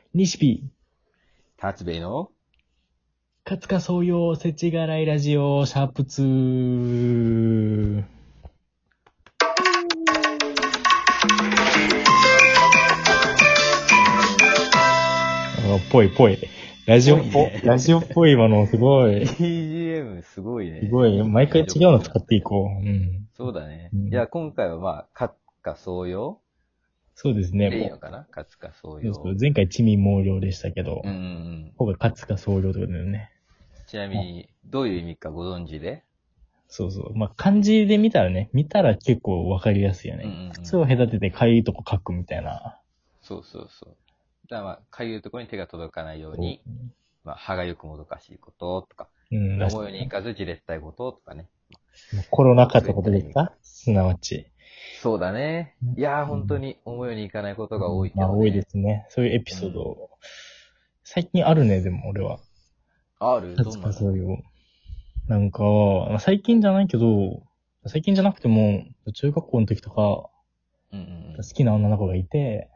西日、 達兵衛の勝川総用世知辛いラジオ、シャープ2。ぽい。ラジオっぽい。ラジオっぽい今の、すごい。 BGM すごいね。 すごい。毎回違うの使っていこう。うん。 そうだね。 うん、 いや、今回は勝家総用そうですね。 でいいのかな、勝家総用。 そう前回地味猛量でしたけど、 うんうん。 今回勝家総量ということだよね。 ちなみに、どういう意味かご存知で？ そう。まあ、漢字で見たら結構わかりやすいよね。 うんうんうん、 靴を隔ててかゆいとこ書くみたいな。 そう。だからかゆいところに手が届かないように、歯がゆくもどかしいこととか、思うようにいかずじれったいこととかね。 コロナ禍ってことですか？すなわち。 そうだね。いやー、本当に思うようにいかないことが多いけどね。 多いですね。そういうエピソード、最近あるね、でも俺は。 ある？どんなそういう。なんか、最近じゃないけど、最近じゃなくても、中学校の時とか、好きな女の子がいて、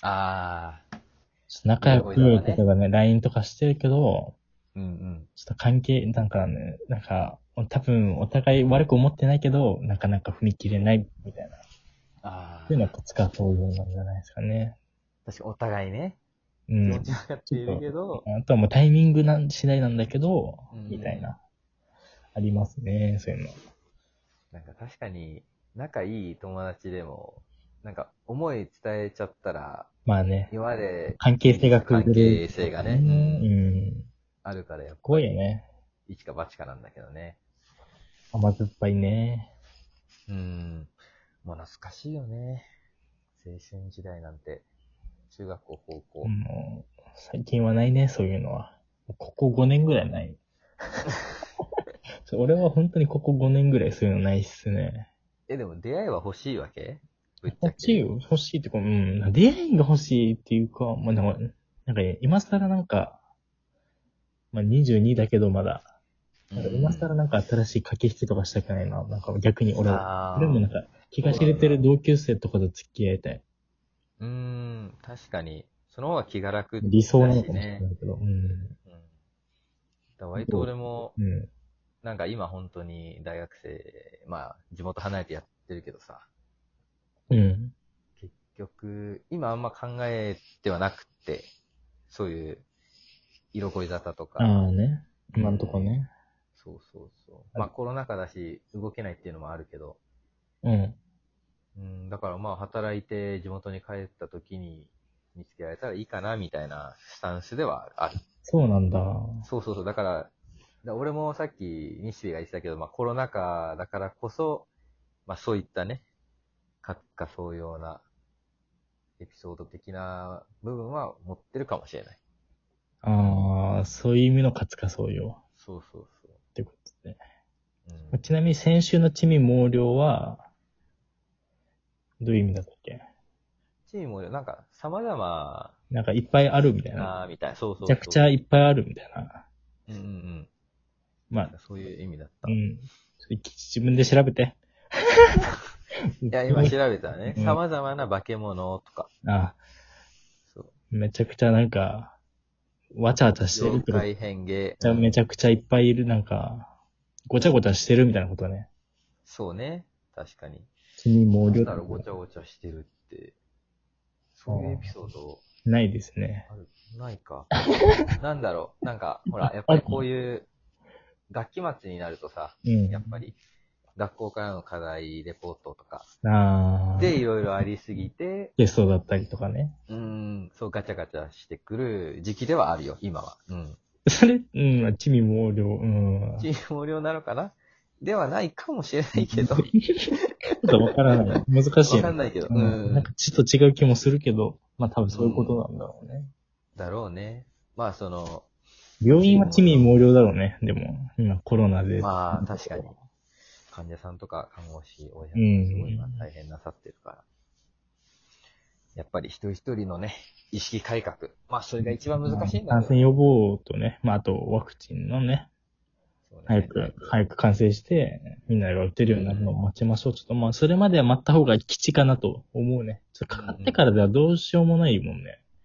仲良くとかがね、LINE とかしてるけど、ちょっと関係、多分お互い悪く思ってないけど、なかなか踏み切れないみたいな。っていうのは勝川総用なんじゃないですかね。 確かお互いね。 気持ち分かっているけど。あとはもうタイミング次第なんだけど、みたいな。ありますね、そういうの。 なんか確かに、仲いい友達でも、なんか思い伝えちゃったら、 まあね。 今まで関係性が関係性がね、あるからやっぱり。 ね。 一か八かなんだけどね。 甘酸っぱいね。 もう懐かしいよね。青春時代なんて。中学校、高校。 最近はないね、そういうのは。ここ5年ぐらいない。俺は本当にここ5年ぐらいそういうのないっすね。 でも出会いは欲しいわけ？ 欲しいよ。欲しいってか、出会いが欲しいっていうか、今更22だけどまだ。今更新しい駆け引きとかしたくないな。逆に俺は。でも気が知れてる同級生とかと付き合いたい。 確かに。その方が気が楽だしね。 理想なのかもしれないけど。 割と俺も、今本当に大学生、地元離れてやってるけどさ。結局、今あんま考えてはなくて、そういう、色恋沙汰とか。 今んとこね。 そう。コロナ禍だし、動けないっていうのもあるけど。だから働いて地元に帰った時に見つけられたらいいかな、みたいなスタンスではある。 そうなんだ。 そう。だから、俺もさっき西日が言ってたけど、コロナ禍だからこそ、そういったね、勝家総用なエピソード的な部分は持ってるかもしれない。 そういう意味の勝家総用。 そう。 ってことね。ちなみに先週の地味猛量は、どういう意味だったっけ？ 地味猛量、様々。 いっぱいあるみたいな。 そう。 めちゃくちゃいっぱいあるみたいな。 そういう意味だった。 自分で調べて。 いや、今調べたらね、様々な化け物とか。 めちゃくちゃわちゃわちゃしてるけど。 妖怪変化。 めちゃくちゃいっぱいいる、ごちゃごちゃしてるみたいなことね。 そうね。確かに。 地味猛量。 なんだろう、ごちゃごちゃしてるって。そういうエピソード。 ないですね。 ないか。なんだろう。ほら、やっぱりこういう、学期末になるとさ、やっぱり、学校からの課題、レポートとか。で、いろいろありすぎて。 テストだったりとかね。 そう、ガチャガチャしてくる時期ではあるよ、今は。 それ、地味猛量、 地味猛量なのかなではないかもしれないけど。ちょっとわからない。難しい。 わかんないけど。 ちょっと違う気もするけど、多分そういうことなんだろうね。 だろうね。 病院は地味猛量だろうね。でも、今コロナで。 確かに。患者さんとか看護師、お医者さんすごい大変なさってるから。やっぱり一人一人のね、意識改革。それが一番難しいんだ感染予防とね、あとワクチンのね、早く完成して、みんなが打てるようになるのを待ちましょう。ちょっとそれまでは待った方が吉かなと思うね。かかってからではどうしようもないもんね。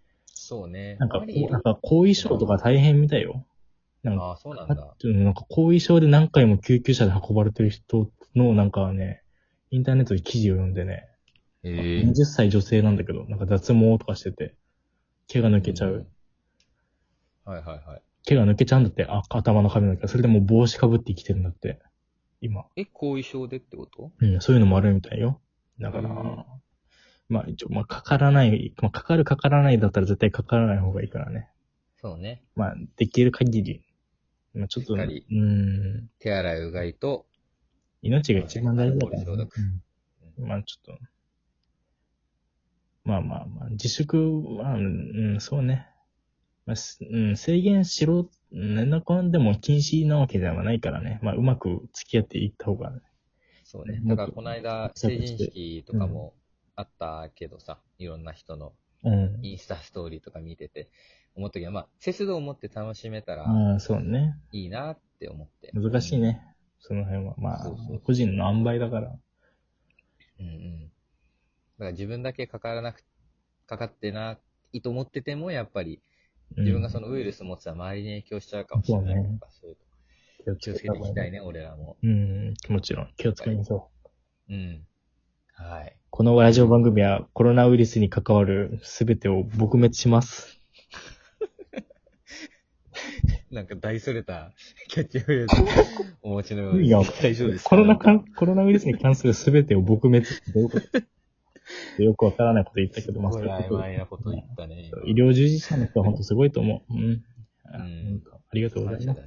そうね。 なんか後遺症とか大変みたいよ。 ああ、そうなんだ。 なんか後遺症で何回も救急車で運ばれてる人のなんかね、インターネットで記事を読んでね、20歳女性なんだけど、なんか脱毛とかしてて、毛が抜けちゃう。 はいはいはい。 毛が抜けちゃうんだって、頭の髪の毛が。それでもう帽子かぶって生きてるんだって。今。 後遺症でってこと？ うん、そういうのもあるみたいよ。だから、まあ一応、かからない、かかるかからないだったら絶対かからない方がいいからね。 そうね。 まあ、できる限り、ちょっと、 手洗いうがいと、 命が一番大事だからね。 まあちょっと、まあ、自粛は、そうね。まあ、制限しろ、なんだかんでも禁止なわけではないからね。まあ、うまく付き合っていった方がね。 そうね。だからこの間、成人式とかもあったけどさ、いろんな人のインスタストーリーとか見てて、思ったけど、まあ、節度を持って楽しめたら、 そうね。 いいなって思って。 難しいね。その辺は。まあ、個人の塩梅だから。 だから自分だけかかってないと思ってても、やっぱり、自分がそのウイルス持つと周りに影響しちゃうかもしれないとか、そういう気をつけていきたいね、俺らも。 もちろん。気をつけましょう。はい。 このラジオ番組はコロナウイルスに関わるすべてを撲滅します。 なんか大それたキャッチフレーズお持ちのように。 大丈夫ですか？コロナウイルスに関するすべてを撲滅ってどういうことよくわからないこと言ったけど、 すごい曖昧なこと言ったね。 医療従事者の人は本当すごいと思う。ありがとうございます。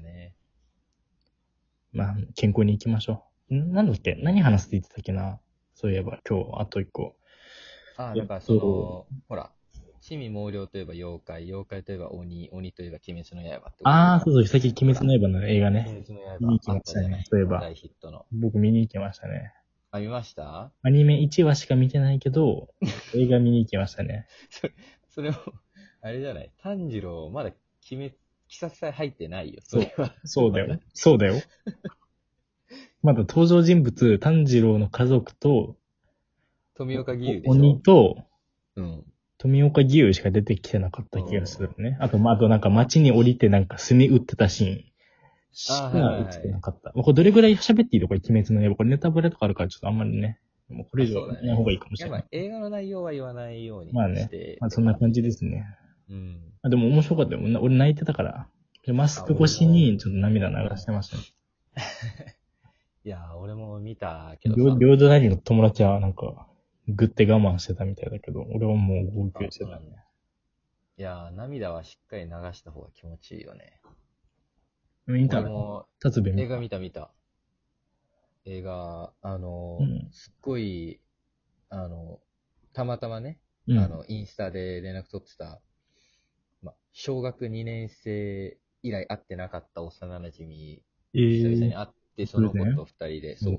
まあ、健康に行きましょう。なんだっけ？何話すって言ってたっけな？そういえば今日あと一個。 だからほら、趣味毛量といえば妖怪、妖怪といえば鬼、鬼といえば鬼滅の刃って。 そう、さっき鬼滅の刃の映画ね。 鬼滅の刃。 見に行きましたね。そういえば。 大ヒットの。 僕見に行きましたね。 見ました？ アニメ1話しか見てないけど、映画見に行きましたね。 それも、あれじゃない？炭治郎、まだ鬼殺隊入ってないよ。 そうだよ。そうだよ。まだ登場人物、炭治郎の家族と、 富岡義勇でしょ。 鬼と、富岡義勇しか出てきてなかった気がするね。あとなんか街に降りてなんか炭打ってたシーンしか映ってなかった。これどれぐらい喋っていいの？これ鬼滅の刃。これネタバレとかあるからちょっとあんまりね。もうこれ以上言わない方がいいかもしれない。 映画の内容は言わないようにして。 まあね。そんな感じですね。でも面白かったよ。俺泣いてたから。マスク越しにちょっと涙流してましたね。 いや、俺も見たけどさ。両隣の友達はなんか、ぐって我慢してたみたいだけど、俺はもう号泣してたね。 いや、涙はしっかり流した方が気持ちいいよね。 見たの？ 映画見た。映画、すっごい、たまたまね、インスタで連絡取ってた、小学2年生以来会ってなかった幼馴染み、久々に会って、その子と二人で、そう。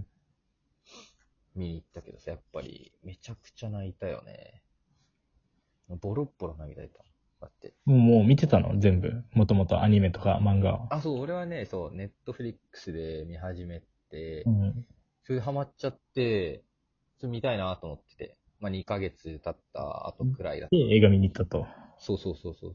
見に行ったけどさ、やっぱり、めちゃくちゃ泣いたよね。ボロッボロ涙出た。だって。 もう見てたの？全部。もともとアニメとか漫画は。 そう、俺はね、ネットフリックスで見始めて、それでハマっちゃって。それ見たいなと思ってて。2ヶ月経った後くらいだった。 で、映画見に行ったと。 そう。す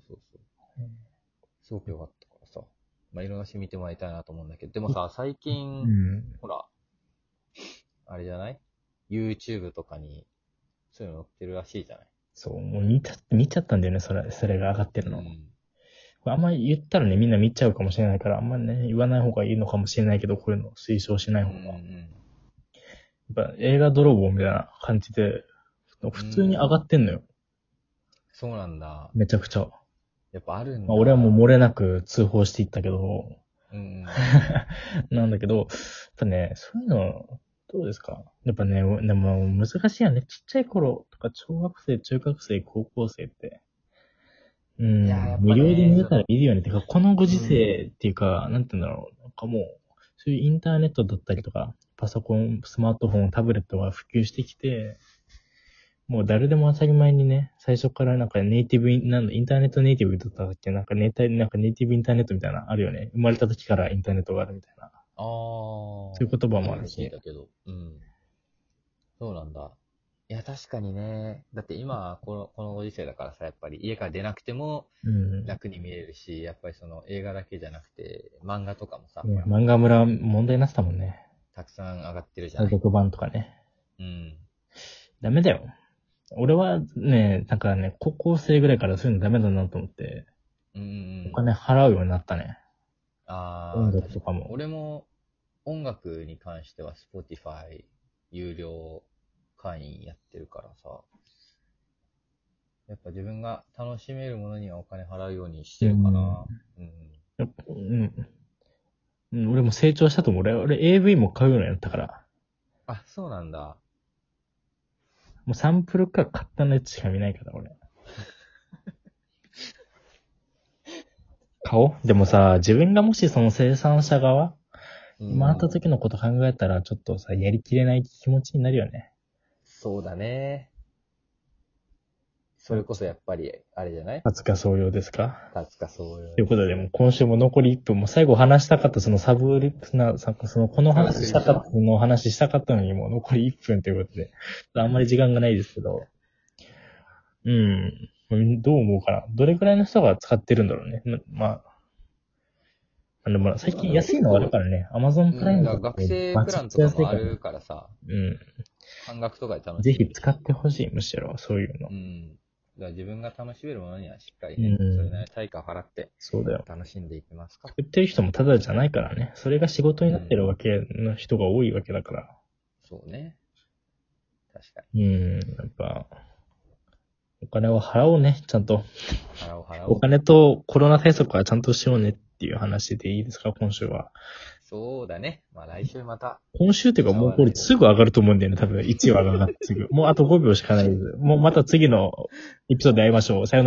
ごく良かったからさ。いろんな人見てもらいたいなと思うんだけど。でもさ、最近、ほら、あれじゃない？ YouTube とかに、そういうの載ってるらしいじゃない？ そう、もう見ちゃったんだよね、それが上がってるの。これあんまり言ったらね、みんな見ちゃうかもしれないから、あんまりね、言わない方がいいのかもしれないけど、こういうの推奨しない方が。やっぱ映画泥棒みたいな感じで、普通に上がってんのよ。 そうなんだ。 めちゃくちゃ。 やっぱあるんだ。 俺はもう漏れなく通報していったけど、なんだけど、やっぱね、そういうの、どうですか？やっぱね、でも難しいよね。ちっちゃい頃とか、小学生、中学生、高校生って。無料で見れたら見るよね。てか、このご時世っていうか、なんて言うんだろう。なんかもう、そういうインターネットだったりとか、パソコン、スマートフォン、タブレットが普及してきて、もう誰でも当たり前にね、最初からなんかネイティブ、インターネットネイティブだったっけ？なんかネイティブインターネットみたいなのあるよね。生まれた時からインターネットがあるみたいな。そういう言葉もあるし。 そうなんだ。 いや、確かにね。だって今、このご時世だからさ、やっぱり家から出なくてもうん。 楽に見れるし、やっぱりその映画だけじゃなくて、漫画とかもさ、 ね、漫画村問題になってたもんね。 たくさん上がってるじゃない。 海賊版とかね。 うん。 ダメだよ。俺はね、なんかね、高校生ぐらいからそういうのダメだなと思って、 うんうんうおん。 金払うようになったね。音ああ、確かに。 楽とかも。 俺も音楽に関しては Spotify 有料会員やってるからさ、やっぱ自分が楽しめるものにはお金払うようにしてるかな。うん。 やっぱ俺も成長したと思う。俺 AV も買うようになったから。 あ、そうなんだ。 もうサンプルか買ったのやつしか見ないから、俺。買おう。でもさ、自分がもしその生産者側、回った時のこと考えたら、ちょっとさ、やりきれない気持ちになるよね。 そうだね。それこそやっぱり、あれじゃない？ 初か創業ですか？ 立つかそういう。 ということで、もう今週も残り1分、もう最後話したかった、そのサブリップな、この話したかった、この話したかったのに、もう残り1分ということで、あんまり時間がないですけど、どう思うかな。どれくらいの人が使ってるんだろうね。まあ、でも最近安いのあるからね、アマゾンプライムとか学生プランとかもあるからさ、半額とかで楽しぜめる。 ひ使ってほしい、むしろ、そういうの。 だから自分が楽しめるものにはしっかりね、それなりに対価を払って、 そうだよ。 楽しんでいきますか。 作ってる人もただじゃないからね。それが仕事になってるわけの人が多いわけだから。 そうね。確かに。 やっぱ、お金を払おうね、ちゃんと。 払おう。 お金とコロナ対策はちゃんとしようねっていう話でいいですか、今週は。 そうだね。まあ来週また。 今週っていうかもうこれすぐ上がると思うんだよね、多分。1話が上がってすぐ。もうあと5秒しかないです。もうまた次のエピソードで会いましょう。さよなら。